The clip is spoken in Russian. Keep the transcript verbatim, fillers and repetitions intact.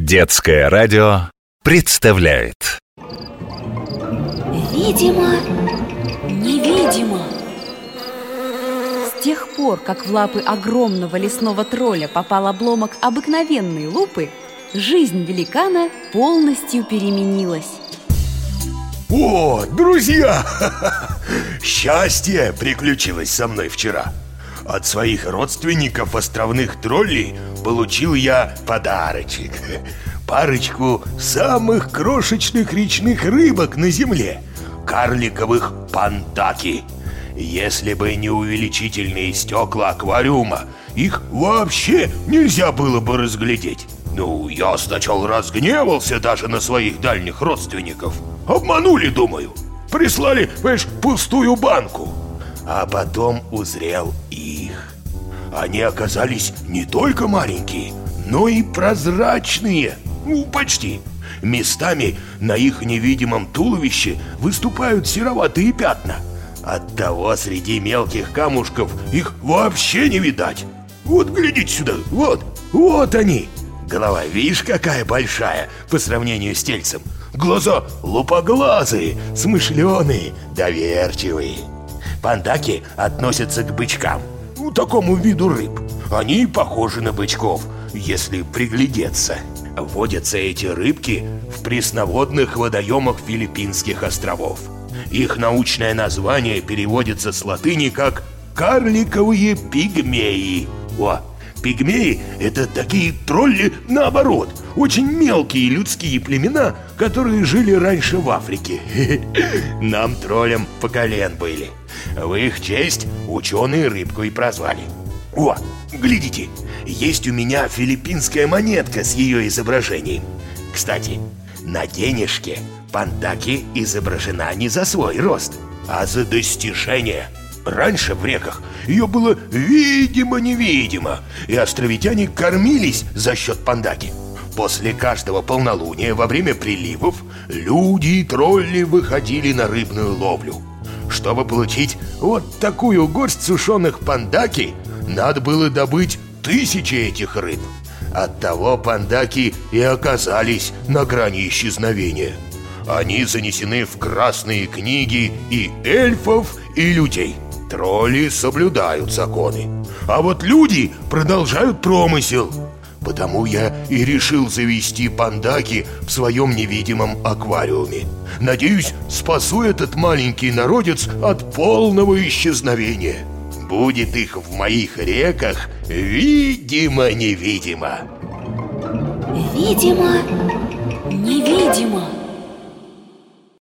Детское радио представляет Видимо, невидимо. С тех пор, как в лапы огромного лесного тролля попал обломок обыкновенной лупы, жизнь великана полностью переменилась. О, друзья! Счастье приключилось со мной вчера. От своих родственников островных троллей получил я подарочек. Парочку самых крошечных речных рыбок на земле. Карликовых пандаки. Если бы не увеличительные стекла аквариума, их вообще нельзя было бы разглядеть. Ну, я сначала разгневался даже на своих дальних родственников. Обманули, думаю. Прислали, понимаешь, пустую банку. А потом узрел их. Они оказались не только маленькие, но и прозрачные. Ну, почти. Местами на их невидимом туловище выступают сероватые пятна. Оттого среди мелких камушков их вообще не видать. Вот, глядите сюда, вот, вот они. Голова, видишь, какая большая по сравнению с тельцем. Глаза лупоглазые, смышленые, доверчивые. Пандаки относятся к бычкам, ну, такому виду рыб. Они похожи на бычков, если приглядеться. Водятся эти рыбки в пресноводных водоемах Филиппинских островов. Их научное название переводится с латыни как «карликовые пигмеи». О, пигмеи – это такие тролли наоборот, очень мелкие людские племена, которые жили раньше в Африке. Нам, троллям, по колен были. В их честь ученые рыбку и прозвали. О, глядите, есть у меня филиппинская монетка с ее изображением. Кстати, на денежке пандаки изображена не за свой рост, а за достижение. Раньше в реках ее было видимо-невидимо, и островитяне кормились за счет пандаки. После каждого полнолуния во время приливов люди и тролли выходили на рыбную ловлю. Чтобы получить вот такую горсть сушеных пандаки, надо было добыть тысячи этих рыб. Оттого пандаки и оказались на грани исчезновения. Они занесены в красные книги и эльфов, и людей. Тролли соблюдают законы, а вот люди продолжают промысел. Потому я и решил завести пандаки в своем невидимом аквариуме. Надеюсь, спасу этот маленький народец от полного исчезновения. Будет их в моих реках видимо-невидимо. Видимо, невидимо.